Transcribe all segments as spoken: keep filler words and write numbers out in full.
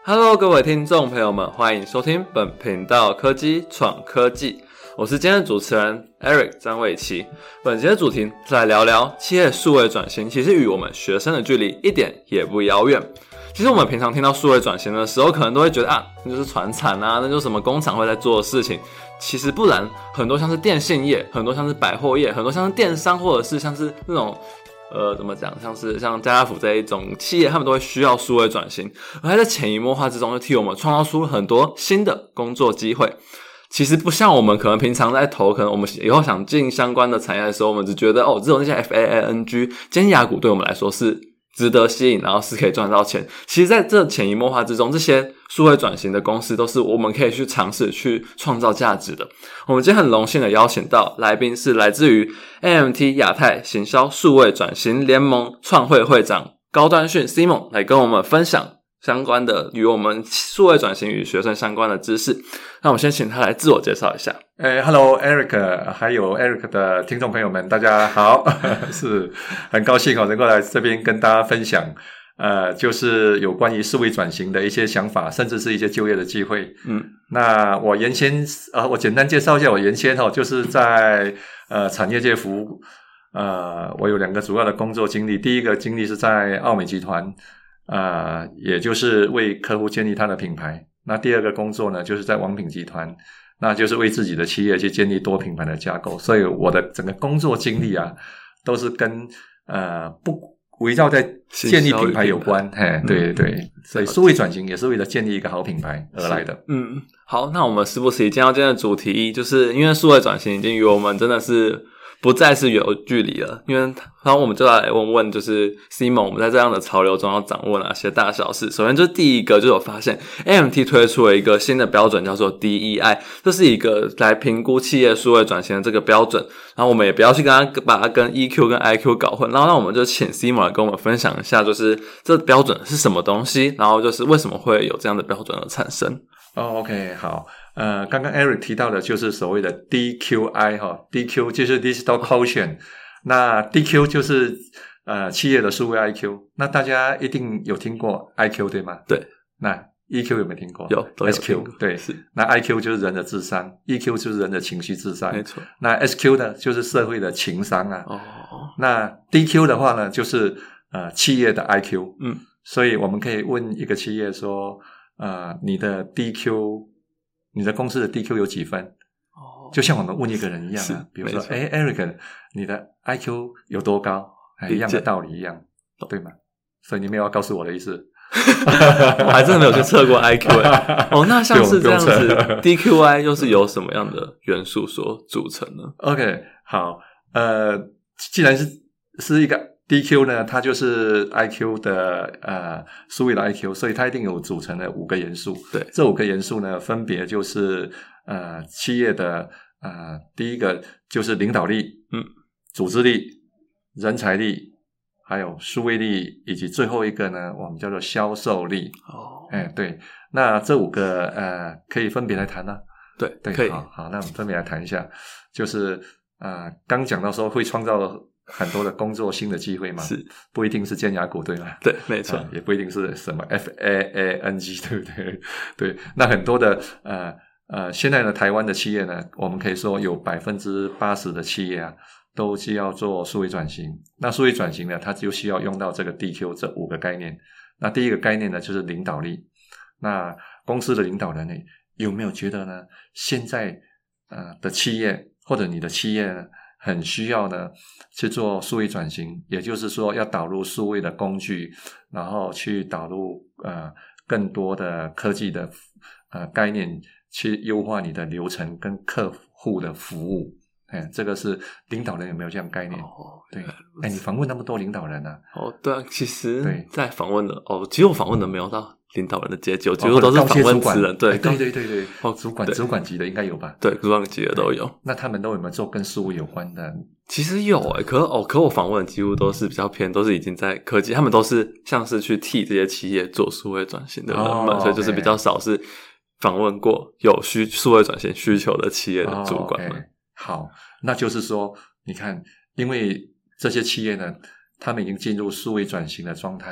Hello， 各位听众朋友们，欢迎收听本频道科技闯科技，我是今天的主持人 Eric 张伟奇。本节的主题是来聊聊企业数位转型，其实与我们学生的距离一点也不遥远。其实我们平常听到数位转型的时候，可能都会觉得啊，那就是传产啊，那就是什么工厂会在做的事情。其实不然，很多像是电信业，很多像是百货业，很多像是电商，或者是像是那种呃，怎么讲？像是像家乐福这一种企业，他们都会需要数位转型，而它在潜移默化之中，就替我们创造出很多新的工作机会。其实不像我们可能平常在投，可能我们以后想进相关的产业的时候，我们只觉得哦，只有那些 F A A N G 尖牙股对我们来说是值得吸引，然后是可以赚到钱。其实在这潜移默化之中，这些数位转型的公司都是我们可以去尝试去创造价值的。我们今天很荣幸的邀请到来宾是来自于 A M T 亚太行销数位转型联盟创会会长高端训 Simon 来跟我们分享相关的与我们数位转型与学生相关的知识。那我先请他来自我介绍一下。 诶 Hello Eric， 还有 Eric 的听众朋友们，大家好。是很高兴能够来这边跟大家分享呃，就是有关于数位转型的一些想法，甚至是一些就业的机会。嗯，那我原先呃，我简单介绍一下我原先哦，就是在呃产业界服务。呃，我有两个主要的工作经历，第一个经历是在奥美集团，呃，也就是为客户建立他的品牌。那第二个工作呢，就是在王品集团，那就是为自己的企业去建立多品牌的架构。所以我的整个工作经历啊，都是跟呃不围绕在建立品牌有关。嘿，对对、嗯、所以数位转型也是为了建立一个好品牌而来的。 嗯，好，那我们事不宜迟，进到今天的主题，就是因为数位转型已经与我们真的是不再是有距离了，因为然后我们就来问问，就是 Simon， 我们在这样的潮流中要掌握哪些大小事？首先，就是第一个，就是我发现 A M T 推出了一个新的标准，叫做 D E I， 这是一个来评估企业数位转型的这个标准。然后我们也不要去跟它把它跟 E Q 跟 I Q 搞混。然后，那我们就请 Simon 来跟我们分享一下，就是这标准是什么东西，然后就是为什么会有这样的标准而产生。 哦、oh, OK， 好，呃，刚刚 Eric 提到的就是所谓的 D Q I 哈 ，D Q 就是 Digital Quotient， 那 D Q 就是呃企业的数位 I Q， 那大家一定有听过 I Q 对吗？ 对，那 E Q 有没有听过？ 有，都有 S Q 对， 是。 那 I Q 就是人的智商 ，E Q 就是人的情绪智商， 没错。 那 S Q 呢，就是社会的情商啊。 哦。 那 D Q 的话呢，就是呃企业的 I Q。 嗯。 所以我们可以问一个企业说，呃，你的 D Q， 你的公司的 D Q 有几分？哦。就像我们问一个人一样啊，比如说，哎 ，Eric， 你的 I Q 有多高？一样的道理一样，对吗？所以你没有要告诉我的意思。 我还真的没有去测过 I Q 欸。哦，那像是这样子 D Q I 又是由什么样的元素所组成呢？ OK， 好，呃，既然是是一个 D Q 呢，它就是 I Q 的呃数位的 I Q， 所以它一定有组成的五个元素。 对，这五个元素呢，分别就是呃企业的呃第一个就是领导力，嗯，组织力、人才力，还有数位力，以及最后一个呢，我们叫做销售力。哦，哎，对，那这五个呃可以分别来谈呢、啊？ 对， 对， 可以。 好，好，那我们分别来谈一下，就是呃刚讲到说会创造很多的工作新的机会嘛， 是不一定是尖牙股对吗？ 对，没错、 呃，也不一定是什么 F A A N G 对不对？对，那很多的呃呃，现在的台湾的企业呢，我们可以说有百分之八十的企业啊，都需要做数位转型。那数位转型呢，它就需要用到这个 D Q 这五个概念。那第一个概念呢，就是领导力。那公司的领导人呢，有没有觉得呢？现在呃的企业或者你的企业呢，很需要呢去做数位转型，也就是说要导入数位的工具，然后去导入呃更多的科技的呃概念，去优化你的流程跟客户的服务。哎，这个是领导人有没有这样概念？哦，对，哎，你访问那么多领导人啊？ 哦，对啊，其实对， 在访问的哦，其实我访问的没有到领导人的阶级，几乎都是访问职人，对， 对对对对，哦，主管主管级的应该有吧？ 对，主管级的都有。 那他们都有没有做跟数位有关的？ 其实有诶、欸，可哦，可我访问的几乎都是比较偏，都是已经在科技，他们都是像是去替这些企业做数位转型的人们，哦、所以就是比较少是访问过有需数位转型需求的企业的主管们。 哦 okay. 好，那就是说，你看，因为这些企业呢，他们已经进入数位转型的状态，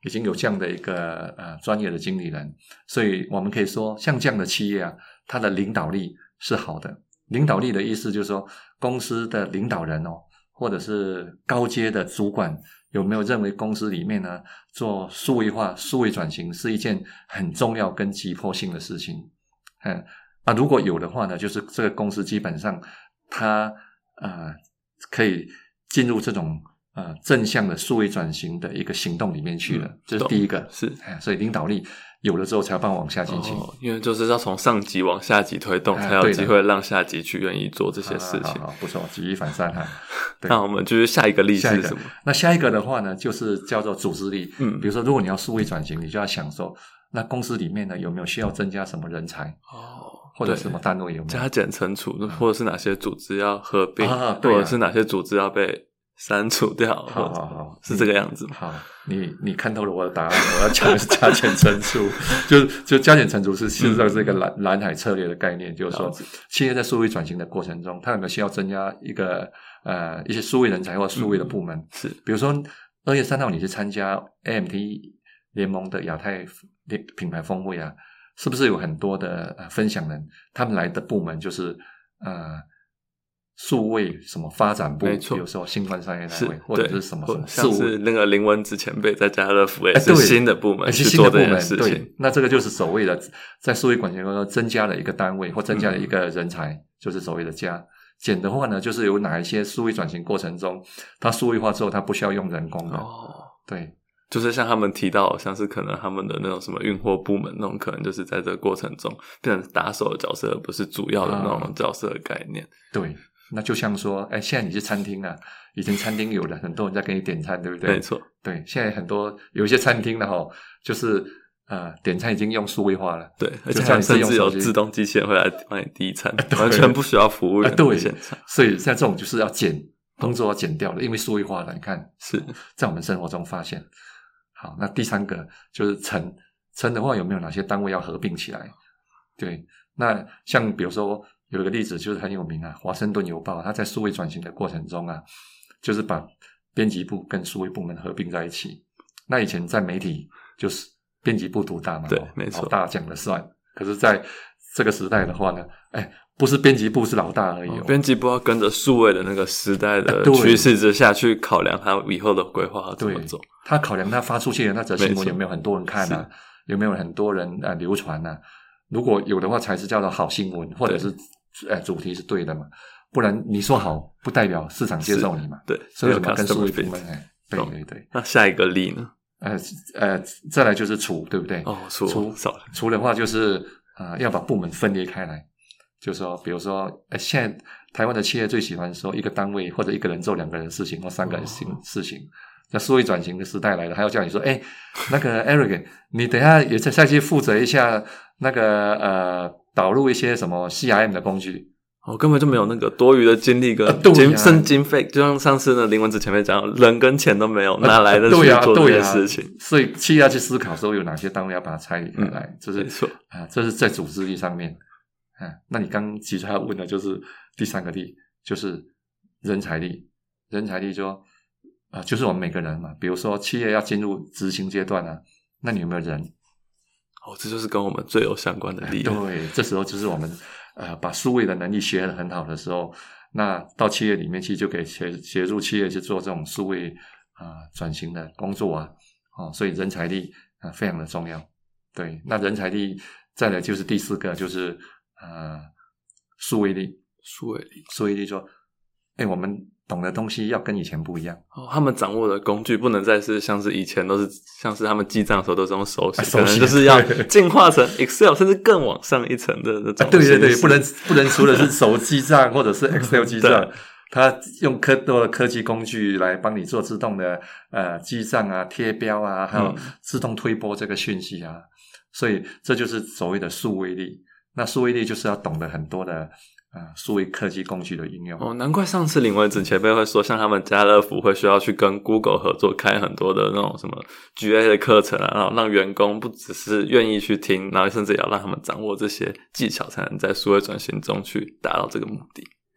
已经有这样的一个呃专业的经理人，所以我们可以说，像这样的企业啊，它的领导力是好的。领导力的意思就是说，公司的领导人哦，或者是高阶的主管，有没有认为公司里面呢做数位化、数位转型是一件很重要跟急迫性的事情？嗯，啊，如果有的话呢，就是这个公司基本上它呃可以进入这种呃正向的数位转型的一个行动里面去了，嗯、这是第一个。 是， 所以领导力有了之后才有办法往下进行、 哦，因为就是要从上级往下级推动，才有机会让下级去愿意做这些事情。 好好好，不错，举一反三哈。 那我们就是下一个例子是什么？ 那下一个的话呢，就是叫做组织力。嗯，比如说，如果你要数位转型，你就要想说，那公司里面呢有没有需要增加什么人才？哦，或者什么单位有没有加减乘除，嗯、或者是哪些组织要合并， 啊对啊、 或者是哪些组织要被删除掉？ 好好好， 是这个样子吗？ 好，你你看透了我的答案，我要讲的是加减乘除，就就加减乘除是事实上是一个蓝、嗯、蓝海策略的概念，就是说，企业在数位转型的过程中，它有没有需要增加一个呃一些数位人才或数位的部门？嗯、 是， 比如说二月三号你去参加 A M T 联盟的亚太品牌峰会啊，是不是有很多的、呃、分享人，他们来的部门就是呃。数位什么发展部，比如说新冠商业单位，或者是什么什么， 像是那个林文子前辈在家乐福也是新的部门去做这件事情。 对，那这个就是所谓的在数位转型中增加了一个单位或增加了一个人才，嗯、就是所谓的加。减的话呢，就是有哪一些数位转型过程中，它数位化之后，它不需要用人工的。哦，对。 就是像他们提到，像是可能他们的那种什么运货部门那种，可能就是在这个过程中变成打手的角色，而不是主要的那种角色的概念。 啊、对。那就像说，哎，现在你去餐厅啊，以前餐厅有了很多人在给你点餐，对不对？ 没错， 对，现在很多有一些餐厅的哈，就是呃，点餐已经用数位化了， 对，而且甚至有自动机器人会来帮你递餐，啊、完全不需要服务员在现场。所以像这种就是要减工作要减掉了，因为数位化了，你看是在我们生活中发现。好，那第三个就是乘乘的话，有没有哪些单位要合并起来？对，那像比如说。有一个例子就是很有名啊，华盛顿邮报，它在数位转型的过程中啊，就是把编辑部跟数位部门合并在一起。那以前在媒体就是编辑部独大嘛， 对，没错， 老大讲了算。可是在这个时代的话呢，哎，不是编辑部是老大而已、哦哦、编辑部要跟着数位的那个时代的趋势之下去考量它以后的规划怎么走。 他考量他发出去的那则新闻有没有很多人看啊，有没有很多人呃流传啊，如果有的话才是叫做好新闻，或者是呃，主题是对的嘛？不然你说好，不代表市场接受你嘛？ 对， 所以我们跟数位部门，哎，对对对。 那下一个例呢？ 呃呃，再来就是除，对不对？ 哦，除除除的话就是呃，要把部门分裂开来，就是说，比如说，呃，现在台湾的企业最喜欢说一个单位或者一个人做两个人的事情，或三个人事事情。那数位转型的时代来了，还要叫你说，哎，那个 Eric， 你等一下也再去负责一下那个呃。导入一些什么 C R M 的工具， 我、哦、根本就没有那个多余的精力跟经生、啊、经费，就像上次呢林文子前面讲，人跟钱都没有，哪来的去做这件事情？ 啊啊、所以企业要去思考说有哪些单位要把它拆离开来， 嗯、 这是没错啊，这是在组织力上面啊。那你刚提出来问的就是第三个力，就是人才力，人才力就啊，就是我们每个人嘛，比如说企业要进入执行阶段啊，那你有没有人？ 哦，这就是跟我们最有相关的力量。 对，这时候就是我们呃把数位的能力学得很好的时候，那到企业里面去就可以协协助企业去做这种数位啊、呃、转型的工作啊，哦，所以人才力啊、呃、非常的重要。对，那人才力再来就是第四个，就是呃数位力， 数位力， 数位力说，哎，我们懂的东西要跟以前不一样。 哦，他们掌握的工具不能再是像是以前都是像是他们记账的时候都是用手写， 啊、手写可能就是要进化成 Excel 甚至更往上一层的那种、啊。 对对对，不能不能除了是手记账或者是 Excel 记账，它用科多的科技工具来帮你做自动的呃记账啊、贴标啊，还有自动推播这个讯息啊，嗯、所以这就是所谓的数位力。那数位力就是要懂得很多的。啊，数位科技工具的应用哦，难怪上次林文子前辈会说，像他们家乐福会需要去跟 Google 合作，开很多的那种什么 G A 的课程啊，然后让员工不只是愿意去听，然后甚至也要让他们掌握这些技巧，才能在数位转型中去达到这个目的。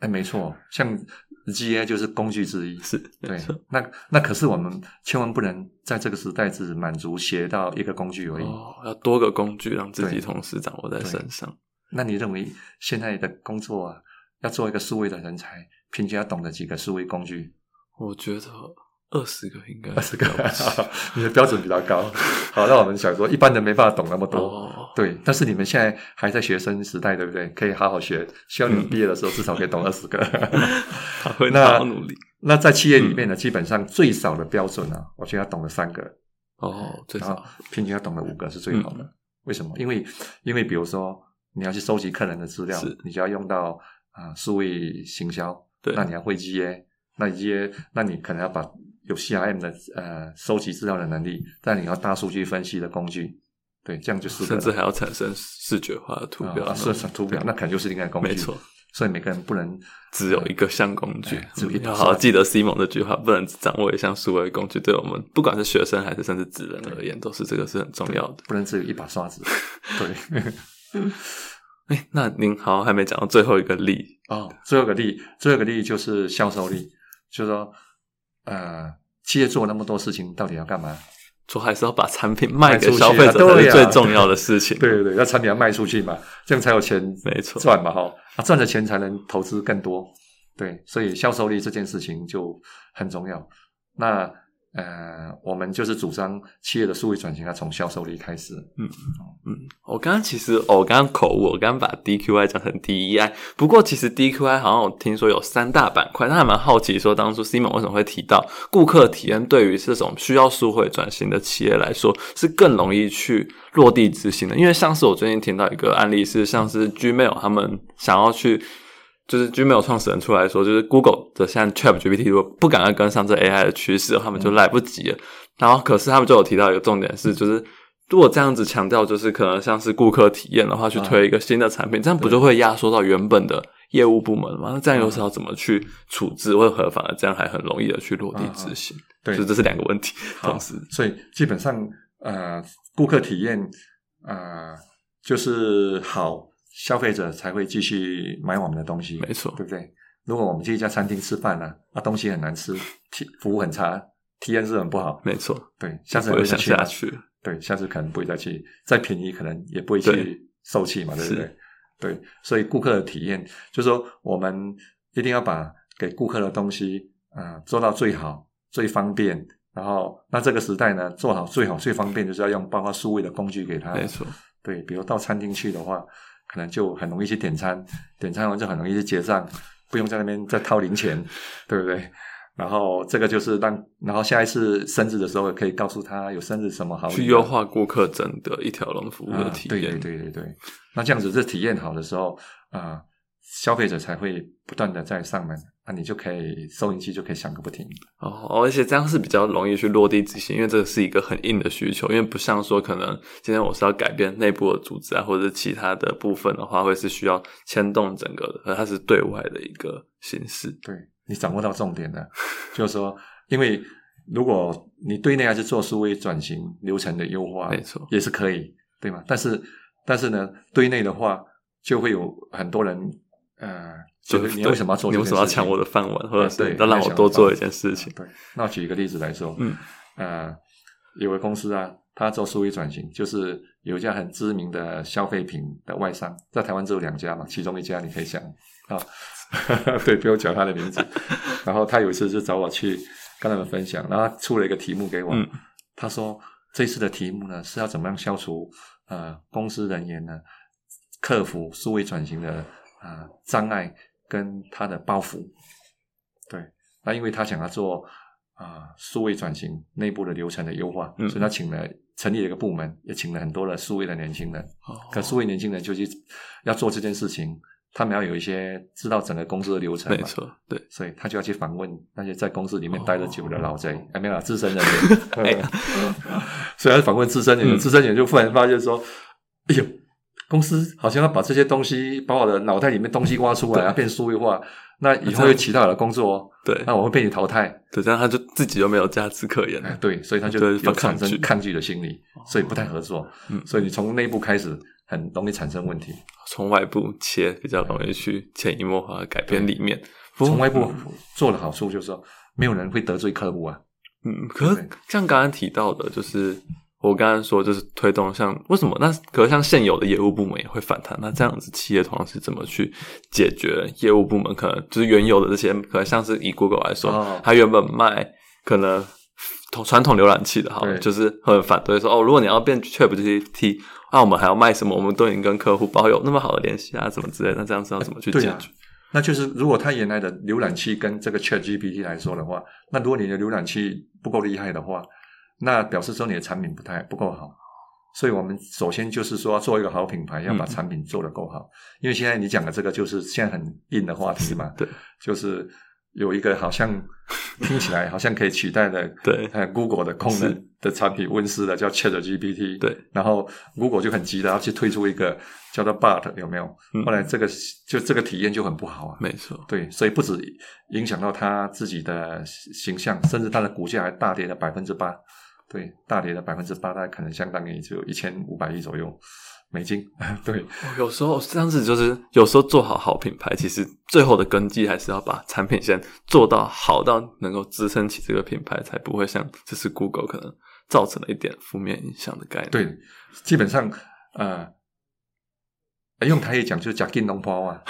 哎，没错，像 G A 就是工具之一， 是， 对。那那可是我们千万不能在这个时代只满足学到一个工具而已， 哦，要多个工具让自己同时掌握在身上。 那你认为现在的工作啊，要做一个数位的人才，平均要懂得几个数位工具？ 我觉得二十个应该二十个，你的标准比较高。好，那我们想说，一般人没办法懂那么多， 哦、 对。但是你们现在还在学生时代，对不对？可以好好学，希望你们毕业的时候至少可以懂二十个。 他会好好努力。 那在企业里面呢，嗯、基本上最少的标准啊，我觉得要懂得三个。 哦，最少平均要懂得五个是最好的。嗯、为什么？因为因为比如说你要去收集客人的资料，你就要用到啊数位行销， 对， 那你要会 G A， 那 G A， 那你可能要把有 C R M 的呃收集资料的能力，但你要大数据分析的工具，对，这样就是甚至还要产生视觉化的图表， 啊，是图表，那可能就是另外的工具， 没错。 所以每个人不能只有一个项工具， 只有一要好好记得 Simon 这句话，不能只掌握一项数位工具，对我们不管是学生还是甚至职人而言，都是这个是很重要的， 不能只有一把刷子。对。 哎，那您好像还没讲到最后一个力哦，最后一个力，最后一个力就是销售力，就是说。呃，企业做那么多事情，到底要干嘛？ 说还是要把产品卖给消费者才是最重要的事情。 对对对，要产品要卖出去嘛，这样才有钱没错赚嘛，哈，啊，赚的钱才能投资更多。对，所以销售力这件事情就很重要。那呃，我们就是主张企业的数位转型要从销售力开始。 嗯嗯，我刚刚其实、哦、我刚刚口误，我刚刚把 D Q I 讲成 D E I， 不过其实 D Q I 好像我听说有三大板块，但还蛮好奇说当初 Simon 为什么会提到顾客体验对于这种需要数位转型的企业来说是更容易去落地执行的，因为像是我最近听到一个案例是像是 Gmail 他们想要去就是 Gmail 创始人出来说，就是 Google 的现在 ChatGPT 如果不赶快跟上这 A I 的趋势，他们就来不及了。然后可是他们就有提到一个重点是，就是如果这样子强调就是可能像是顾客体验的话，去推一个新的产品，这样不就会压缩到原本的业务部门吗？那这样又是要怎么去处置，为何反而这样还很容易的去落地执行？对，所以这是两个问题同时。 所以基本上呃，顾客体验呃就是好，消费者才会继续买我们的东西， 没错， 对不对？如果我们去一家餐厅吃饭啊，啊东西很难吃，服务很差，体验是很不好， 没错， 对，下次不会想下去， 对，下次可能不会再去，再便宜可能也不会去受气嘛， 对, 对不对？对，所以顾客的体验就是说，我们一定要把给顾客的东西啊、呃、做到最好、最方便，然后那这个时代呢，做好最好、最方便，就是要用包括数位的工具给他， 没错， 对，比如到餐厅去的话。可能就很容易去点餐，点餐完就很容易去结账，不用在那边再掏零钱，对不对？然后这个就是让，然后下一次生日的时候可以告诉他有生日什么好去优化顾客整个一条龙服务的体验。 啊、对对对对对，那这样子这体验好的时候啊、呃，消费者才会不断的在上门。那、啊、你就可以收银机就可以响个不停哦，而且这样是比较容易去落地执行，因为这是一个很硬的需求，因为不像说可能今天我是要改变内部的组织啊，或者是其他的部分的话，会是需要牵动整个的，而它是对外的一个形式。 对，你掌握到重点了，就是说，因为如果你对内还是做数位转型流程的优化， 没错， 也是可以，对吗？但是但是呢，对内的话就会有很多人呃。就是你为什么要做这件事情？ 你为什么要抢我的饭碗，或者是要让我多做一件事情？ 对，那我举一个例子来说， 嗯， 呃，有个公司啊，他做数位转型，就是有一家很知名的消费品的外商，在台湾只有两家嘛，其中一家你可以想啊，对，不用讲他的名字。然后他有一次就找我去跟他们分享，然后他出了一个题目给我， 嗯、 他说这次的题目呢是要怎么样消除呃公司人员呢克服数位转型的啊、呃、障碍。跟他的包袱，对，那因为他想要做啊数位转型内部的流程的优化，嗯、所以他请了成立了一个部门，也请了很多的数位的年轻人。哦、可数位年轻人就去要做这件事情，他们要有一些知道整个公司的流程嘛， 没错，对， 所以他就要去访问那些在公司里面待得久的老贼，哎、哦，没有啦，资深人员，所以他访问资深人员，资深人员就忽然发现说，哎呦。公司好像要把这些东西，把我的脑袋里面东西挖出来，要变数位化，那以后有其他的工作哦， 对， 那我会被你淘汰， 对，这样他就自己就没有价值可言， 对，所以他就有产生抗拒的心理，所以不太合作。嗯，所以你从内部开始很容易产生问题。 从外部切比较容易去潜移默化的改变里面。 从外部做的好处就是说，没有人会得罪客户啊。 嗯，可是像刚刚提到的，就是我刚刚说，就是推动像为什么？那可是像现有的业务部门也会反弹，那这样子企业通常是怎么去解决？业务部门可能就是原有的这些，可能像是以 Google 来说，哦、它原本卖可能传统浏览器的，好，就是很反对说，哦，如果你要变 ChatGPT， 那、啊、我们还要卖什么？我们都已经跟客户保有那么好的联系啊，怎么之类的，那这样子要怎么去解决？ 啊、那就是如果他原来的浏览器跟这个 ChatGPT 来说的话，那如果你的浏览器不够厉害的话，那表示说你的产品不太不够好。所以我们首先就是说做一个好品牌，要把产品做得够好、嗯、因为现在你讲的这个就是现在很硬的话题嘛， 对， 就是有一个好像听起来好像可以取代的对、 呃、Google 的功能的产品问世了，叫 ChatGPT， 对，然后 Google 就很急的要去推出一个叫做 Bard， 有没有、嗯、后来这个就这个体验就很不好啊， 没错， 对，所以不止影响到他自己的形象，甚至他的股价还大跌了 百分之八， 对，大跌了 百分之八， 大概可能相当于只有一千五百亿左右美金。对， 有时候这样子就是有时候做好好品牌，其实最后的根基还是要把产品先做到好到能够支撑起这个品牌，才不会像这是 Google 可能造成了一点负面影响的概念。 对，基本上呃用台语讲就是吃紧龙包啊。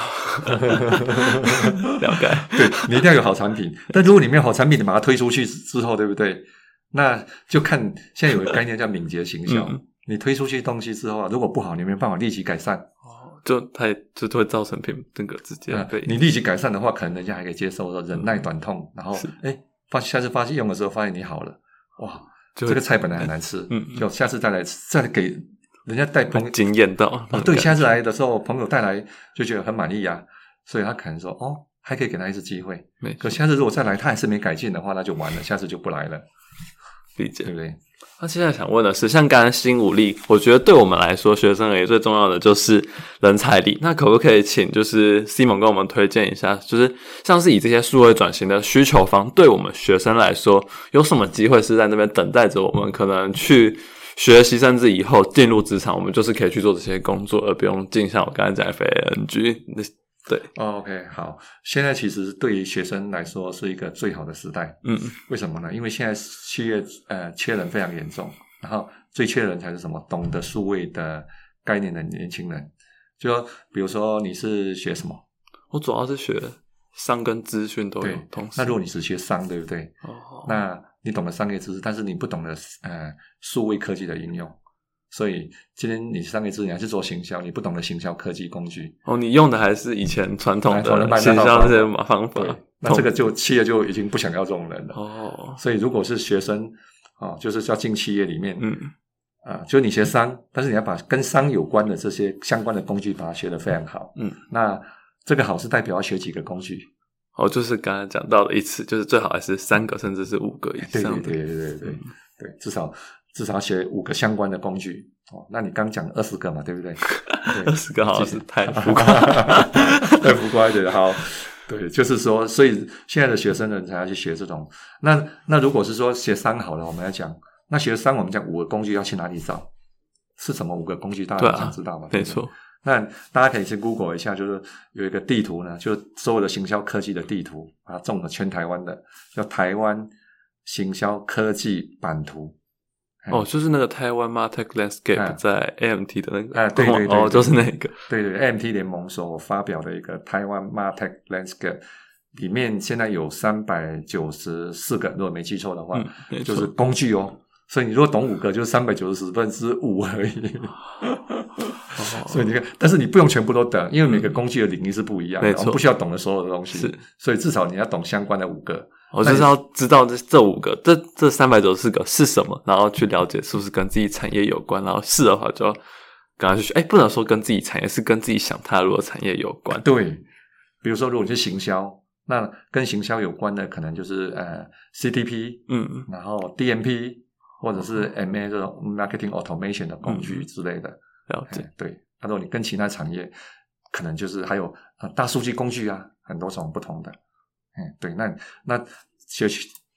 了解。 对，你一定要有好产品，但如果你没有好产品，你把它推出去之后，对不对？那就看现在有个概念叫敏捷行销、嗯、你推出去东西之后啊，如果不好，你没有办法立即改善， 哦，就它就会造成品那个直接被、 嗯、你立即改善的话，可能人家还可以接受，说忍耐短痛、嗯、然后诶发下次发现用的时候发现你好了，哇，这个菜本来很难吃，嗯，就下次再来再给人家带朋友惊艳到、 哦、对，下次来的时候朋友带来就觉得很满意啊，所以他可能说哦，还可以给他一次机会，可下次如果再来他还是没改进的话，那就完了，下次就不来了， 理解， 对不对？ 那现在想问的是，像刚刚新武力，我觉得对我们来说，学生而言最重要的就是人才力。那可不可以请就是 Simon 跟我们推荐一下，就是像是以这些数位转型的需求方，对我们学生来说，有什么机会是在那边等待着我们，可能去学习，甚至以后进入职场，我们就是可以去做这些工作，而不用进像我刚才讲 F A N G。对、 oh, ，OK， 好。现在其实对于学生来说是一个最好的时代。嗯，为什么呢？因为现在企业呃缺人非常严重，然后最缺人才是什么？懂得数位的概念的年轻人。就说比如说你是学什么？ 我主要是学商跟资讯都有同时。 那如果你是学商，对不对？哦，那你懂得商业知识，但是你不懂得呃数位科技的应用。所以今天你商业知识，你还是做行销，你不懂得行销科技工具哦，你用的还是以前传统的行销这些方法， 那这个就企业就已经不想要这种人了哦。所以如果是学生哦，就是要进企业里面，嗯啊，就是你学商，但是你要把跟商有关的这些相关的工具把它学得非常好，嗯，那这个好是代表要学几个工具哦，就是刚才讲到的一次，就是最好还是三个甚至是五个以上的， 对对对对对对、嗯、对，至少。至少要学五个相关的工具哦。那你刚讲二十个嘛，对不对？ 二十个好像是太浮夸， 太浮夸一点。好，对，就是说，所以现在的学生人才要去学这种。那那如果是说学商好了，我们要讲，那学商我们讲五个工具要去哪里找？是什么五个工具？大家想知道吗？ 对啊，没错。 那大家可以去 Google 一下，就是有一个地图呢，就所有的行销科技的地图，把它种了全台湾的，叫台湾行销科技版图。 哦，就是那个台湾 Martech Landscape 在 A M T 的那个， 啊，对对 对, 对，哦，就是那个， 对对 ，A M T 联盟所发表的一个台湾 Martech Landscape， 里面现在有三百九十四个，如果没记错的话，嗯、就是工具哦。所以你如果懂五个，就是三百九十分之五而已。哦、所以你看，但是你不用全部都懂，因为每个工具的领域是不一样的，我们不需要懂得所有的东西。是，所以至少你要懂相关的五个。 我就是要知道这这五个，这这三百九十四个是什么，然后去了解是不是跟自己产业有关，然后是的话就要赶快去学。哎，不能说跟自己产业，是跟自己想踏入的产业有关。 对，比如说如果你是行销，那跟行销有关的可能就是呃 C T P， 嗯，然后 D M P 或者是 M A 这种 Marketing Automation 的工具之类的。 嗯、了解。 对，那如果你跟其他产业，可能就是还有呃大数据工具啊，很多种不同的。嗯，对，那那学习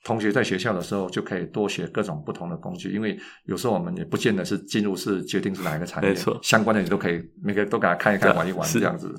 同学在学校的时候就可以多学各种不同的工具，因为有时候我们也不见得是进入是决定是哪一个产业， 没错， 相关的你都可以每个都给他看一看玩一玩这样子。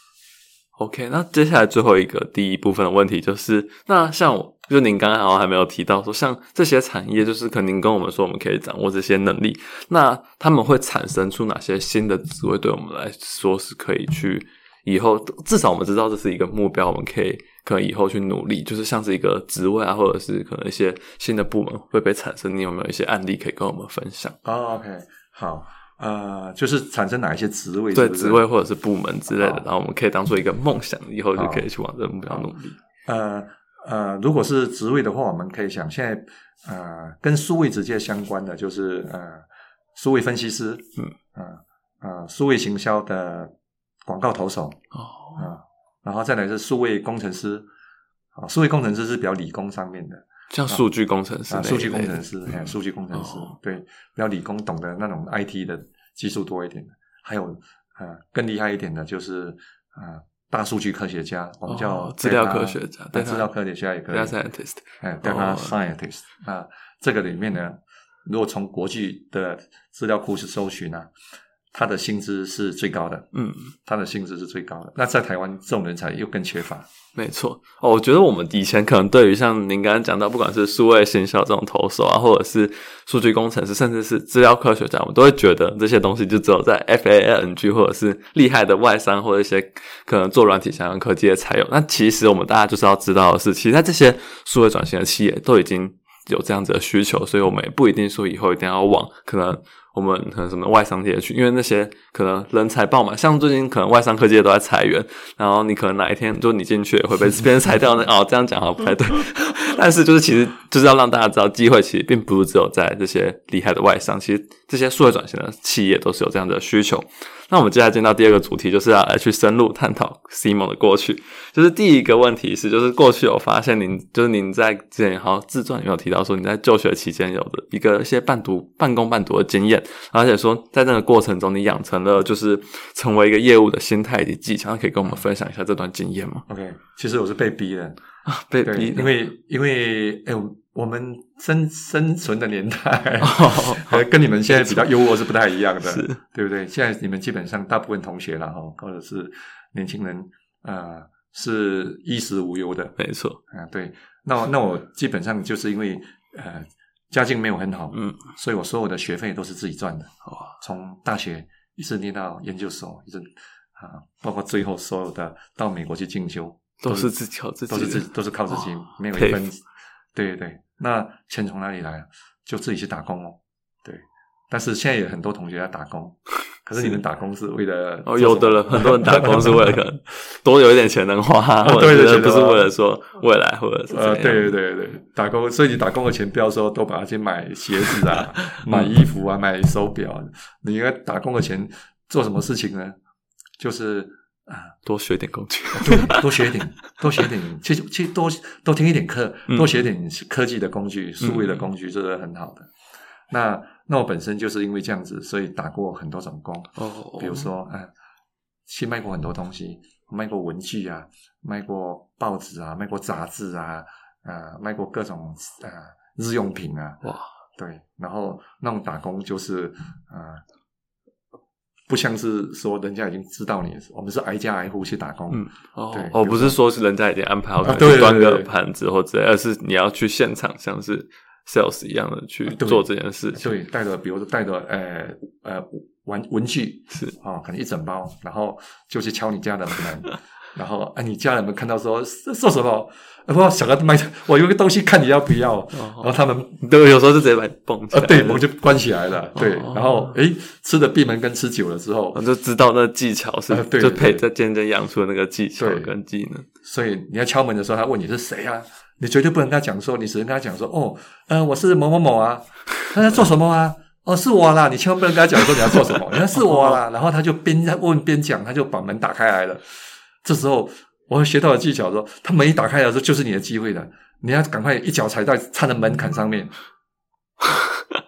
OK， 那接下来最后一个第一部分的问题就是，那像我就您刚刚好像还没有提到说，像这些产业，就是可能您跟我们说我们可以掌握这些能力，那他们会产生出哪些新的职位，对我们来说是可以去以后至少我们知道这是一个目标，我们可以可能以后去努力，就是像是一个职位啊，或者是可能一些新的部门会被产生，你有没有一些案例可以跟我们分享？ 哦 OK， 好。呃，就是产生哪一些职位是不是？ 对，职位或者是部门之类的，然后我们可以当做一个梦想，以后就可以去往这个目标努力。 呃呃，如果是职位的话，我们可以想，现在呃跟数位直接相关的就是呃数位分析师，嗯呃呃数位行销的广告投手，哦，啊、呃，然后再来是数位工程师，啊、呃，数位工程师是比较理工上面的。 像数据工程师、 啊，数据工程师，哎、 嗯， 数据工程师， 哦、 对，比较理工懂得那种 I T 的技术多一点的，还有呃更厉害一点的就是呃大数据科学家，我们叫资料科学家， 对，资料科学家也可以 ，data scientist， 哎 ，data scientist，啊，这个里面呢，如果从国际的资料库去搜寻啊，他的薪资是最高的，嗯，他的薪资是最高的。那在台湾这种人才又更缺乏。 没错哦，我觉得我们以前可能对于像您刚刚讲到，不管是数位行销这种投手啊，或者是数据工程师，甚至是资料科学家，我们都会觉得这些东西就只有在 F A N G 或者是厉害的外商或者一些可能做软体相关科技的才有。那其实我们大家就是要知道的是，其实在这些数位转型的企业都已经有这样子的需求，所以我们也不一定说以后一定要往可能我们可能什么外商界去，因为那些可能人才爆满，像最近可能外商科技都在裁员，然后你可能哪一天就你进去也会被别人裁掉。哦，这样讲好像不太对，但是就是其实就是要让大家知道，机会其实并不是只有在这些厉害的外商，其实这些数位转型的企业都是有这样的需求。那我们接下来进到第二个主题，就是要来去深入探讨 Simon 的过去。就是第一个问题是，就是过去有发现您，就是您在之前好像自传有没有提到说，你在就学期间有的一个一些半读半工半读的经验，而且说在那个过程中你养成了就是成为一个业务的心态以及技巧，可以跟我们分享一下这段经验吗 ？OK， 其实我是被逼的啊，被逼的， 因为因为哎、欸，我们生生存的年代，哦、跟你们现在比较优渥是不太一样的，对不对？现在你们基本上大部分同学啦，或者是年轻人，呃，是衣食无忧的， 没错， 啊、呃，对。那那我基本上就是因为呃家境没有很好，嗯，所以我所有的学费都是自己赚的，哇，从大学一直念到研究所，一直啊、呃，包括最后所有的到美国去进修。 都是自己靠自己， 都是自己，都是靠自己，哦、没有一分。对对对，那钱从哪里来？就自己去打工哦。对，但是现在有很多同学要打工，可是你们打工是为了哦，有的人很多人打工是为了可能多有一点钱能花， 哦、 或者是不是为了说未来或者是呃，对对对对，打工，所以你打工的钱不要说都把它去买鞋子啊、买衣服啊、买手表，你应该打工的钱做什么事情呢？就是啊， 多学点工具， 对，多学一点，多学一点，去去多多听一点课，多学点科技的工具、数位的工具，这是很好的。那那我本身就是因为这样子，所以打过很多种工，哦，比如说啊，去卖过很多东西，卖过文具啊，卖过报纸啊，卖过杂志啊，呃，卖过各种呃日用品啊，哇，对，然后那种打工就是呃。不像是说人家已经知道你，我们是挨家挨户去打工。嗯， 哦，对哦，不是说是人家已经安排好， 啊、 去端个盘子或者，而是你要去现场，像是 sales 一样的去做这件事情。 对，带着，比如说带着呃呃文文具是啊、哦，可能一整包，然后就去敲你家人的门。然后啊，你家人们看到说做什么？我想要买，我有个东西看你要不要？哦、然后他们对，有时候就直接把你蹦起来， 啊，对，我就关起来了。对，哦、然后诶，吃的闭门羹吃久了之后， 就知道那技巧是， 啊、对就配在渐渐养出的那个技巧跟技能。 所以你要敲门的时候，他问你是谁啊？你绝对不能跟他讲说，你只能跟他讲说，哦，呃，我是某某某啊，他在做什么啊？哦，是我啦！你千万不能跟他讲说你要做什么，你看是我啦。然后他就边问边讲，他就把门打开来了。这时候我学到的技巧说，他门一打开的时候就是你的机会了，你要赶快一脚踩到他的门槛上面。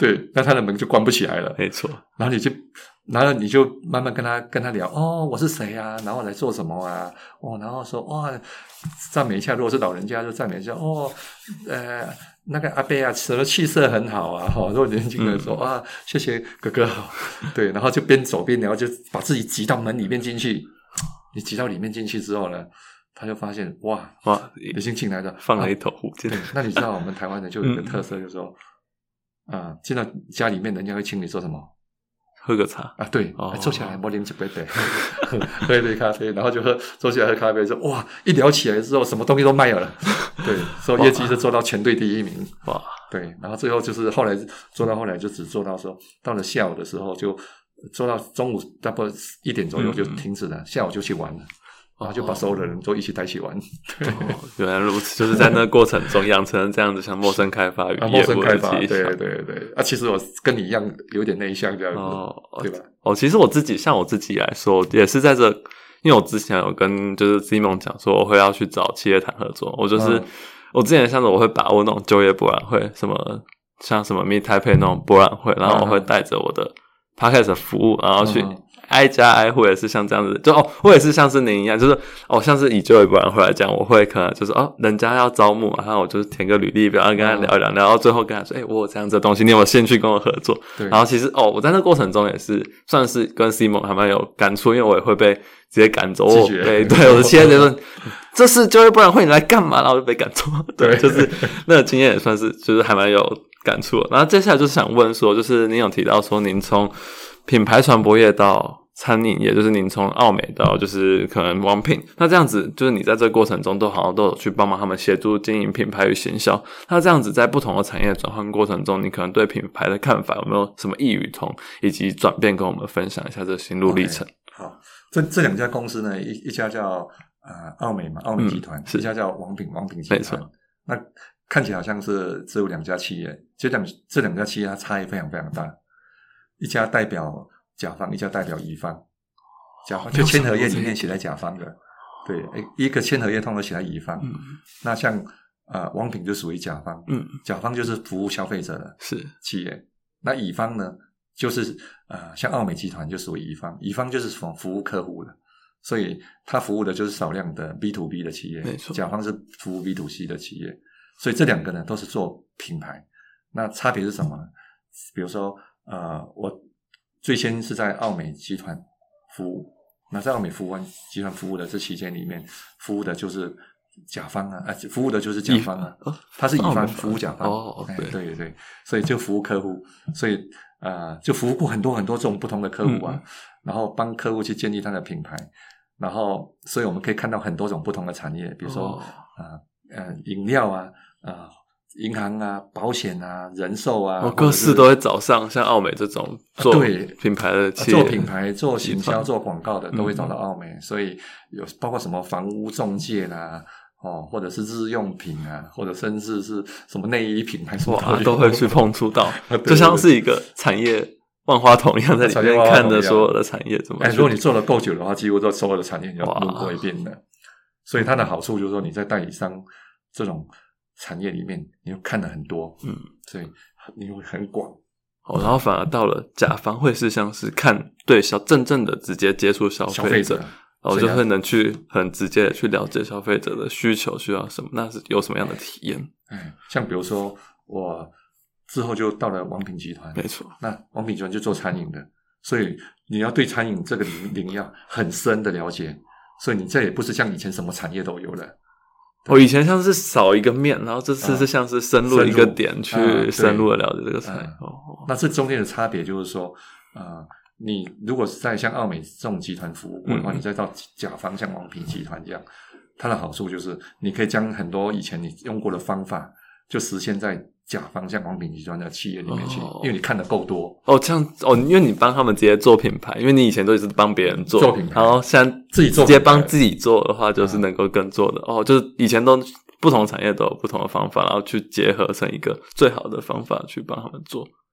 对，那他的门就关不起来了。 没错。 然后你就，然后你就慢慢跟他跟他聊，哦，我是谁啊？然后来做什么啊？哦，然后说哇，赞美一下，如果是老人家就赞美一下，哦，呃，那个阿伯啊，什么气色很好啊，哈、哦。如果年轻人说、嗯、啊，谢谢哥哥好，对，然后就边走边聊，就把自己挤到门里面进去。你挤到里面进去之后呢，他就发现哇哇，已经进来了， 放了一头虎进来、 啊。那你知道我们台湾人就有一个特色，就是说。啊，进到家里面，人家会请你做什么？ 喝个茶啊，对， 哦、 坐下来，摸点几杯杯，喝一杯咖啡，然后就喝，坐下来喝咖啡，说哇，一聊起来之后，什么东西都卖了，对，说业绩是做到全队第一名，哇，对，然后最后就是后来做到后来就只做到说，到了下午的时候就做到中午大概一点左右就停止了，嗯、下午就去玩了。然后就把所有的人都一起带起玩。 哦，原来如此，就是在那个过程中养成这样子像陌生开发与业务的技巧。对对对，啊，其实我跟你一样有点内向这样子，哦、对吧？ 哦，其实我自己像我自己来说，也是在这，因为我之前有跟就是 Simon 讲说，我会要去找企业谈合作，我就是、嗯、我之前像是我会把握那种就业博览会，什么像什么 Meet Taipei 那种博览会，然后我会带着我的 Podcast 的服务，然后去。嗯挨家挨户也是像这样子，就哦，我也是像是您一样，就是哦，像是以就业博览会来讲，我会可能就是哦，人家要招募嘛，然后我就是填个履历表，然后跟他聊一聊，聊到最后跟他说，哎，我有这样子的东西，你有没有兴趣跟我合作？对。然后其实哦，我在那过程中也是算是跟 Simon 还蛮有感触，因为我也会被直接赶走，我被对我的企业就说这是就业博览会，你来干嘛？然后我就被赶走，对，就是那个经验也算是就是还蛮有感触的。然后接下来就是想问说，就是您有提到说您从品牌传播业到餐饮业，就是您从奥美到就是可能王品，那这样子就是你在这个过程中都好像都有去帮忙他们协助经营品牌与行销，那这样子在不同的产业转换过程中，你可能对品牌的看法有没有什么异与同以及转变，跟我们分享一下这个心路历程。 okay, 好，这这两家公司呢，一一家叫呃奥美嘛，奥美集团、嗯、一家叫王品，王品集团。那看起来好像是只有两家企业，就这两这两家企业它差异非常非常大，一家代表甲方，一家代表乙方。甲方就签合约里面写在甲方的，对，一个签合约通常写在乙方。嗯、那像呃王品就属于甲方，嗯，甲方就是服务消费者的是企业，那乙方呢就是呃像奥美集团就属于乙方，乙方就是服务客户的，所以他服务的就是少量的 B to B 的企业，甲方是服务 B to C 的企业，所以这两个呢都是做品牌。那差别是什么呢？比如说呃我最先是在奥美集团服务，那在奥美服务集团服务的这期间里面，服务的就是甲方啊，啊服务的就是甲方啊，他是乙方服务甲方，哦，对对对，所以就服务客户，所以呃就服务过很多很多这种不同的客户啊，嗯、然后帮客户去建立他的品牌，然后所以我们可以看到很多种不同的产业，比如说啊 呃, 呃饮料啊啊。呃银行啊、保险啊、人寿啊， 哦、各式都会找上像奥美这种做品牌的企业， 做品牌、做行销、做广告的都会找到奥美，嗯、所以有包括什么房屋中介啦，哦，或者是日用品啊，或者甚至是什么内衣品牌， 哇，都会去碰触到，就像是一个产业万花筒一样，在里面看着所有的产业怎么。 哎，如果你做得够久的话，几乎都所有的产业你要轮过一遍的。所以它的好处就是说，你在代理商这种产业里面你又看了很多，嗯，所以你会很广。 哦，然后反而到了甲方会是像是看对消真正的直接接触消费者，消费者然后就会能去很直接的去了解消费者的需求需要什么，那是有什么样的体验？ 哎，像比如说我之后就到了王品集团， 没错， 那王品集团就做餐饮的，所以你要对餐饮这个领领域要很深的了解，所以你这也不是像以前什么产业都有了。 我、哦、以前像是少一个面，然后这次是像是深入一个点去深入的了解这个产业。 嗯哦、那这中间的差别就是说，呃，你如果是在像奥美这种集团服务过的话，嗯、你再到甲方像王品集团这样，它的好处就是你可以将很多以前你用过的方法，就实现在甲方像王品集团的企业里面去，哦、因为你看得够多。 哦，这样哦，因为你帮他们直接做品牌，因为你以前都是帮别人做做品牌， 然后现在自己做直接帮自己做的话，就是能够更做的、嗯、哦，就是以前都不同产业都有不同的方法，然后去结合成一个最好的方法去帮他们做。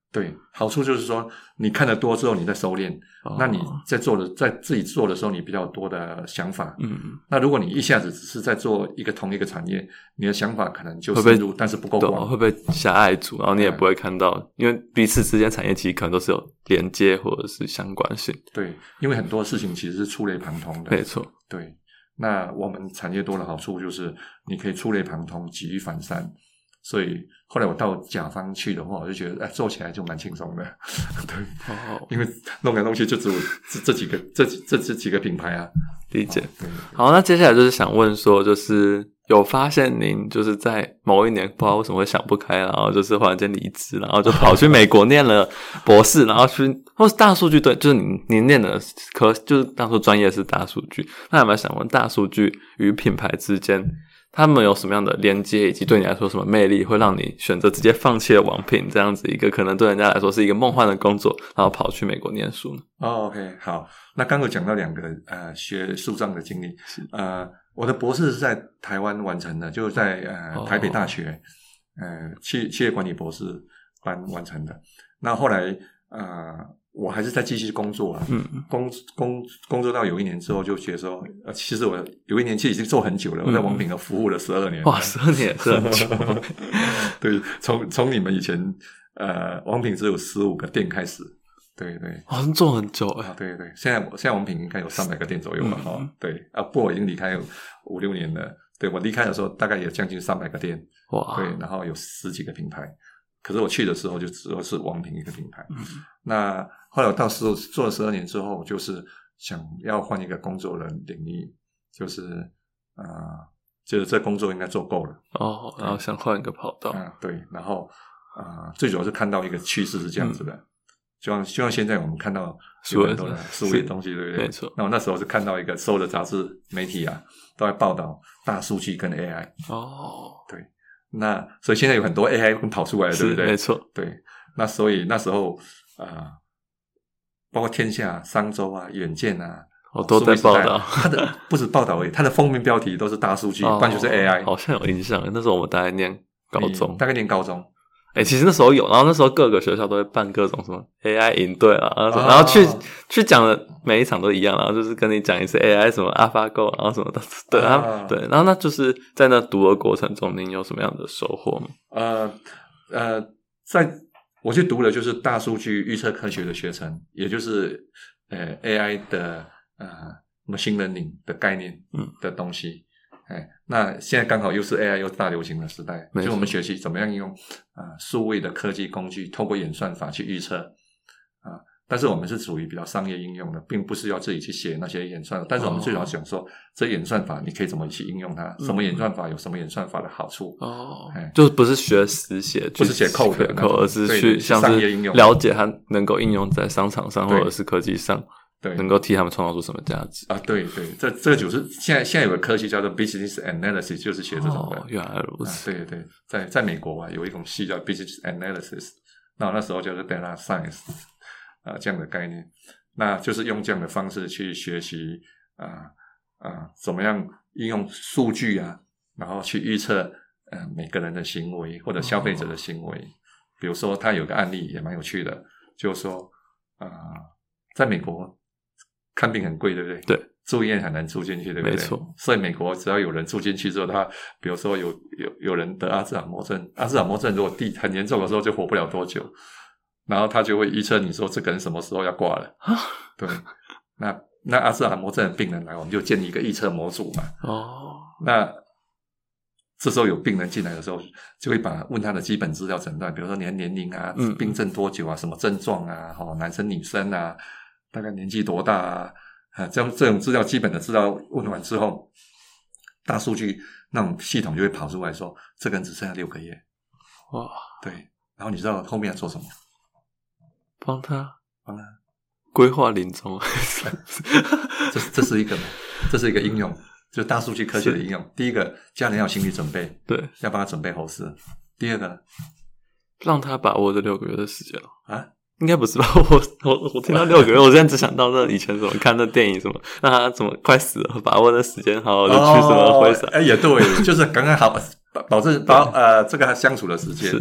对，好处就是说你看得多之后你再收敛， 哦、 那你在做的在自己做的时候你比较多的想法。 嗯， 那如果你一下子只是在做一个同一个产业，你的想法可能就深入，但是不够广， 会不会狭隘住，然后你也不会看到、嗯、因为彼此之间产业其实可能都是有连接或者是相关性。 对，因为很多事情其实是触类旁通的。 没错。 对，那我们产业多的好处就是你可以触类旁通，举一反三。所以后来我到甲方去的话，我就觉得哎，做起来就蛮轻松的。对、哦，因为弄来弄去就只有这这几个这这这几个品牌啊。 理解。好，那接下来就是想问说，就是有发现您就是在某一年不知道为什么会想不开，然后就是忽然间离职，然后就跑去美国念了博士，然后去或是大数据，对，就是您您念的科就是当初专业是大数据。那有没有想问大数据与品牌之间？他们有什么样的连接，以及对你来说什么魅力，会让你选择直接放弃了王品这样子一个可能对人家来说是一个梦幻的工作，然后跑去美国念书呢？ 哦 OK 好，那刚刚讲到两个呃学术上的经历，呃我的博士是在台湾完成的，就在呃台北大学、哦、呃企企业管理博士班完成的。那后来呃我还是在继续工作啊，嗯，工工工作到有一年之后，就觉得说，呃，其实我有一年其实已经做很久了，嗯、我在王品都服务了十二年。 哇，十二年是很久。 对，从从你们以前呃王品只有十五个店开始，对对， 好像做很久哎、 啊，对对，现在现在王品应该有三百个店左右了哈、嗯，对啊，不过我已经离开有五六年了，对我离开的时候大概有将近三百个店，哇，对，然后有十几个品牌。可是我去的时候就只有是王品一个品牌、嗯、那后来我到时候做了十二年之后，就是想要换一个工作的领域，就是呃，觉得这工作应该做够了哦，然后想换一个跑道、 嗯、对，然后呃，最主要是看到一个趋势是这样子的、嗯、就像就像现在我们看到有很多的数位的东西，对不对？ 没错。 那我那时候是看到一个所有的杂志媒体啊都在报道大数据跟 A I 哦，对，那所以现在有很多 A I 跑出来了，对不对？ 没错， 对。那所以那时候呃，包括天下、商周啊、远见啊， 我、哦、都在报道。 它的不止报道而已，它的封面标题都是大数据，不、哦、然就是 A I。 好像有印象，那时候我们大概念高中， 大概念高中。 哎、欸，其实那时候有，然后那时候各个学校都会办各种什么 A I 营队啊，然後,、哦、然後去去讲的每一场都一样，然后就是跟你讲一次 A I 什么 AlphaGo， 然后什么的，对，然后、哦、对，然后那就是在那读的过程中，您有什么样的收获吗？ 呃呃，在我去读的就是大数据预测科学的学程，也就是呃 A I 的呃 machine learning 的概念的东西。哎，那现在刚好又是 A I 又大流行的时代，所以我们学习怎么样用啊数位的科技工具，透过演算法去预测啊。但是我们是属于比较商业应用的，并不是要自己去写那些演算法。但是我们最主要想说，哦、这演算法你可以怎么去应用它？什么演算法有什么演算法的好处？哦， 哎、就不是学死写， 不是写 code 的 code， 而是去像是了解它能够应用在商场上或者是科技上。对，能够替他们创造出什么价值啊？对对，这这个就是现在现在有个科技叫做 business analysis， 就是学这种的。 哦，原来如此。 啊、对对，在在美国啊，有一种系叫 business analysis， 那我那时候就是 data science 啊这样的概念，那就是用这样的方式去学习啊啊怎么样应用数据啊，然后去预测呃每个人的行为或者消费者的行为。哦、比如说，他有个案例也蛮有趣的，就是说啊、呃，在美国。看病很贵，对不对？ 对， 住院很难住进去，对不对？ 没错。 所以美国只要有人住进去之后，他比如说有有有人得阿兹海默症，阿兹海默症如果第很严重的时候就活不了多久，然后他就会预测你说这个人什么时候要挂了。对，那那阿兹海默症的病人来，我们就建立一个预测模组嘛。哦。那这时候有病人进来的时候，就会把问他的基本资料诊断，比如说你的年龄啊、嗯、病症多久啊、什么症状啊、哦、男生女生啊。大概年纪多大啊？啊，这样这种资料基本的资料问完之后，大数据那种系统就会跑出来说，这个人只剩下六个月。哇，对，然后你知道后面要做什么？ 帮他， 帮他规划临终。 这这是一个，这是一个应用，就是大数据科学的应用。第一个，家人要有心理准备， 对， 要帮他准备后事。第二个呢， 让他把握这六个月的时间啊。 应该不是吧？我我我听到六个月，我现在只想到那以前怎么看那电影什么，让他怎么快死了，把握那时间好好的去什么挥洒。 哎、哦，也对，就是刚刚好保保证保呃这个相处的时间。是。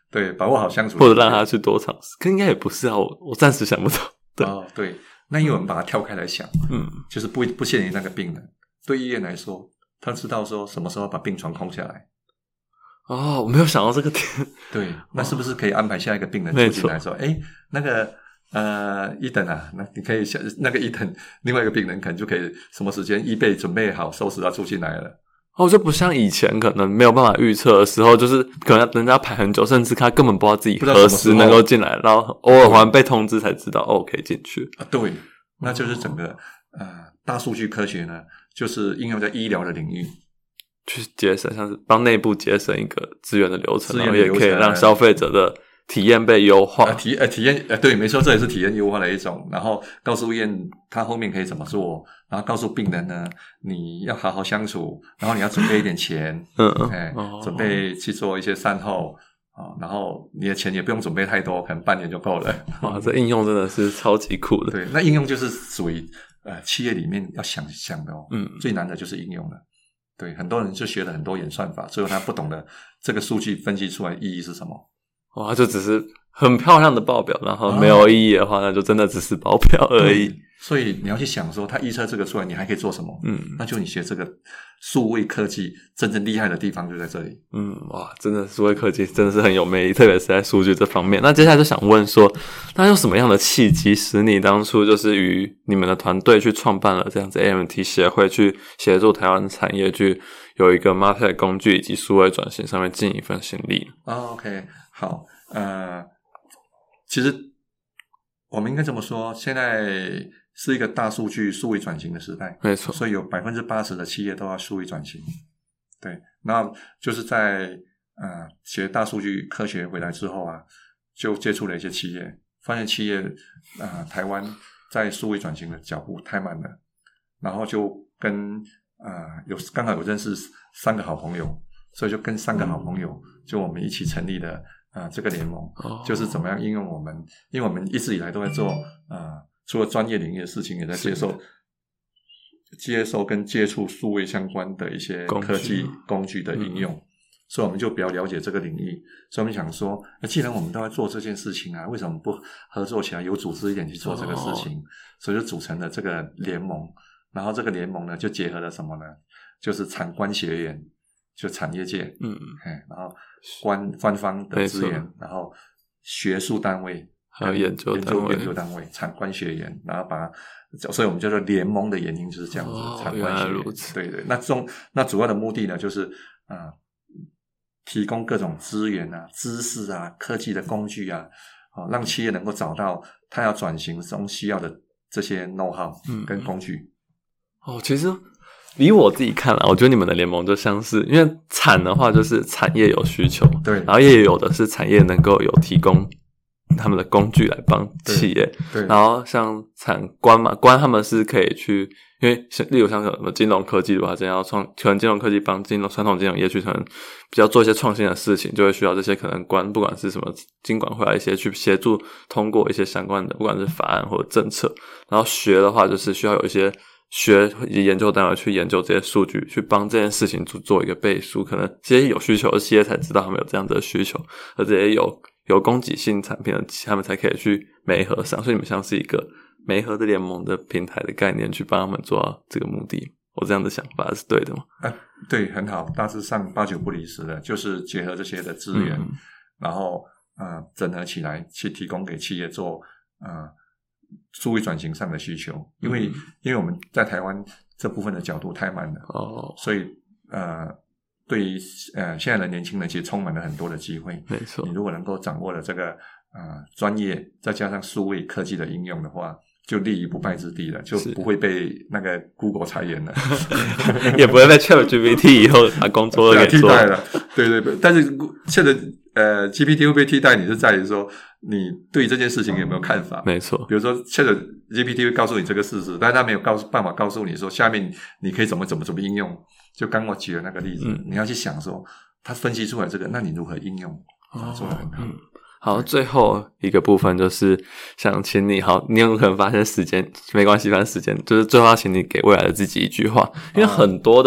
对，把握好相处， 或者让他去多尝试，可应该也不是啊，我我暂时想不到。对哦，对，那因为我们把它跳开来想， 嗯， 就是不不限于那个病人，对医院来说，他知道说什么时候把病床空下来。 哦，我没有想到这个点。 对，那是不是可以安排下一个病人住进来说，哎，那个呃伊等啊，那你可以那个伊等另外一个病人可能就可以什么时间预备准备好收拾他住进来了。 哦，就不像以前可能没有办法预测的时候，就是可能人家排很久，甚至他根本不知道自己何时能够进来，然后偶尔忽然被通知才知道哦可以进去啊。对，那就是整个呃大数据科学呢，就是应用在医疗的领域， 去节省，像是帮内部节省一个资源的流程， 然后也可以让消费者的体验被优化。 呃、体呃体验呃对，没错，这也是体验优化的一种。然后告诉医院他后面可以怎么做，然后告诉病人呢，你要好好相处，然后你要准备一点钱， 嗯嗯， 哎、 哦， 准备去做一些善后啊、哦，然后你的钱也不用准备太多，可能半年就够了。 哇，这应用真的是超级酷的。 对，那应用就是属于呃企业里面要想想的哦， 嗯， 最难的就是应用了。对，很多人就学了很多演算法，最后他不懂得这个数据分析出来意义是什么。 哇，就只是很漂亮的报表，然后没有意义的话，那就真的只是报表而已。 所以你要去想说，他预测这个出来，你还可以做什么？ 嗯， 那就你学这个数位科技真正厉害的地方就在这里。 嗯，哇，真的数位科技真的是很有魅力，特别是在数据这方面。那接下来就想问说，那有什么样的契机使你当初就是与你们的团队去创办了这样子 A M T 协会，去协助台湾产业去有一个 Martech 工具以及数位转型上面尽一份心力？ 哦 OK， 好，呃，其实我们应该这么说，现在是一个大数据数位转型的时代， 没错， 所以有 百分之八十 的企业都要数位转型。对，那就是在呃学大数据科学回来之后啊，就接触了一些企业，发现企业啊、呃、台湾在数位转型的脚步太慢了，然后就跟啊、呃、有刚好有认识三个好朋友，所以就跟三个好朋友，嗯、就我们一起成立了啊、呃、这个联盟，哦、就是怎么样应用我们，因为我们一直以来都在做啊。呃除了专业领域的事情，也在接受接受跟接触数位相关的一些科技工具的应用，嗯、所以我们就比较了解这个领域。所以我们想说，既然我们都在做这件事情啊，为什么不合作起来，有组织一点去做这个事情？哦、所以就组成了这个联盟。然后这个联盟呢，就结合了什么呢？就是产官学研，就产业界，嗯，然后官官方的资源，然后学术单位。 还有研究单位、 研究单位、产官学研，然后把它，所以我们叫做联盟的原因就是这样子， 哦、 产官学研。对对，那中那主要的目的呢，就是啊、呃，提供各种资源啊、知识啊、科技的工具啊，哦，让企业能够找到它要转型中需要的这些 know-how 跟工具。 嗯、哦，其实以我自己看来，我觉得你们的联盟就像是，因为产的话就是产业有需求， 对， 然后也有的是产业能够有提供他们的工具来帮企业， 对，对， 然后像产官嘛，官他们是可以去，因为例如像什么金融科技的话，真要创，可能金融科技帮金融传统金融业去可能比较做一些创新的事情，就会需要这些可能官，不管是什么金管会啊一些去协助通过一些相关的，不管是法案或者政策。然后学的话，就是需要有一些学研究单位去研究这些数据，去帮这件事情做做一个背书。可能这些有需求的企业才知道他们有这样子的需求，而这些有有供给性产品的，他们才可以去媒合上，所以你们像是一个媒合的联盟的平台的概念，去帮他们做到这个目的。我这样的想法是对的吗？ 啊，对，很好，大致上八九不离十的，就是结合这些的资源，嗯、然后呃整合起来，去提供给企业做呃数位转型上的需求。因为、嗯、因为我们在台湾这部分的角度太慢了，哦，所以呃。对于呃现在的年轻人，其实充满了很多的机会。 没错， 你如果能够掌握了这个呃专业，再加上数位科技的应用的话，就立于不败之地了，就不会被那个 Google 裁员了， 也不会被 ChatGPT 以后把工作给替代了。对对对，但是 Chat 呃 G P T 会被替代，你是在于说你对这件事情有没有看法？ 没错， 比如说 Chat G P T 会告诉你这个事实，但是他没有告诉办法告诉你说下面你可以怎么怎么怎么应用。就刚我举的那个例子，嗯、你要去想说，他分析出来这个，那你如何应用？哦、做得很好。嗯、 好，最后一个部分就是想请你，好，你有可能发现时间没关系，反正时间就是最后要请你给未来的自己一句话，因为很多的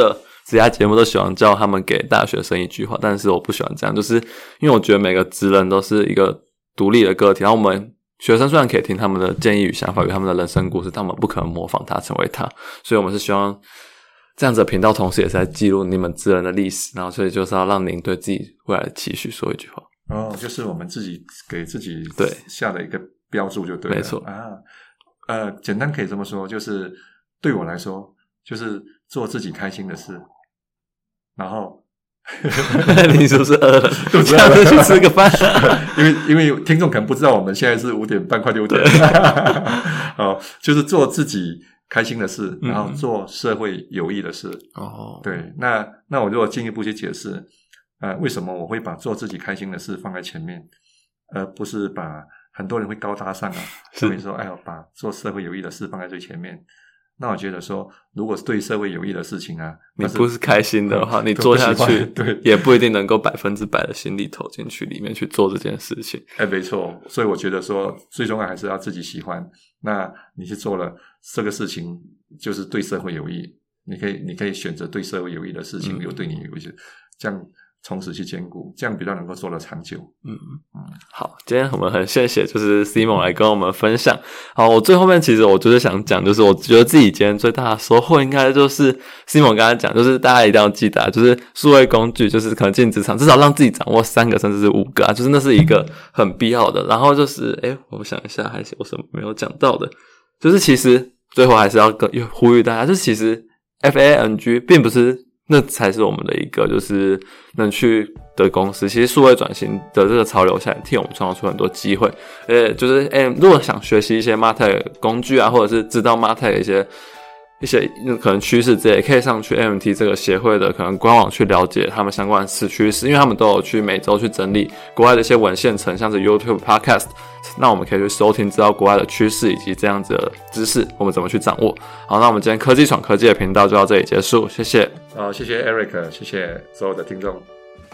职涯节目都喜欢叫他们给大学生一句话，但是我不喜欢这样，就是因为我觉得每个职人都是一个独立的个体，然后我们学生虽然可以听他们的建议与想法与他们的人生故事，但我们不可能模仿他成为他，所以我们是希望这样子的频道同时也是在记录你们职人的历史，然后所以就是要让您对自己未来的期许说一句话。 哦，就是我们自己给自己对下的一个标注就对了， 没错啊。呃，简单可以这么说，就是对我来说，就是做自己开心的事，然后你是不是饿了？这样子去吃个饭？ 因为因为听众可能不知道，我们现在是五点半快六点，哦，就是做自己开心的事，然后做社会有益的事。 哦、嗯， 对，那那我如果进一步去解释，呃，为什么我会把做自己开心的事放在前面，而不是把很多人会高大上啊，所以说，哎呦，把做社会有益的事放在最前面。那我觉得说，如果是对社会有益的事情啊， 你不是开心的话，嗯、你做下去，对，也不一定能够百分之百的心力投进去里面去做这件事情。 哎，没错。所以我觉得说，最重要还是要自己喜欢。那你去做了这个事情，就是对社会有益。你可以，你可以选择对社会有益的事情，有、嗯、对你有益，这样。从此去兼顾，这样比较能够做得长久。嗯嗯，好，今天我们很谢谢就是 Simon 来跟我们分享。好，我最后面其实我就是想讲，就是我觉得自己今天最大的收获应该就是 Simon 刚才讲，就是大家一定要记得、啊，就是数位工具，就是可能进职场至少让自己掌握三个甚至是五个啊，就是那是一个很必要的。然后就是诶我想一下还有什么没有讲到的，就是其实最后还是要跟呼吁大家，就是其实 F A N G 并不是那才是我们的一个就是能去的公司。其实数位转型的这个潮流下来，替我们创造出很多机会。而且就是诶、欸、如果想学习一些 Martech 工具啊，或者是知道 Martech 的一些一些可能趋势之类，可以上去 M M T 这个协会的可能官网去了解他们相关的时趋势，因为他们都有去每周去整理国外的一些文献层，像是 YouTube、Podcast， 那我们可以去收听，知道国外的趋势以及这样子的知识，我们怎么去掌握。好，那我们今天科技闯科技的频道就到这里结束，谢谢。 好，谢谢 Eric， 谢谢所有的听众。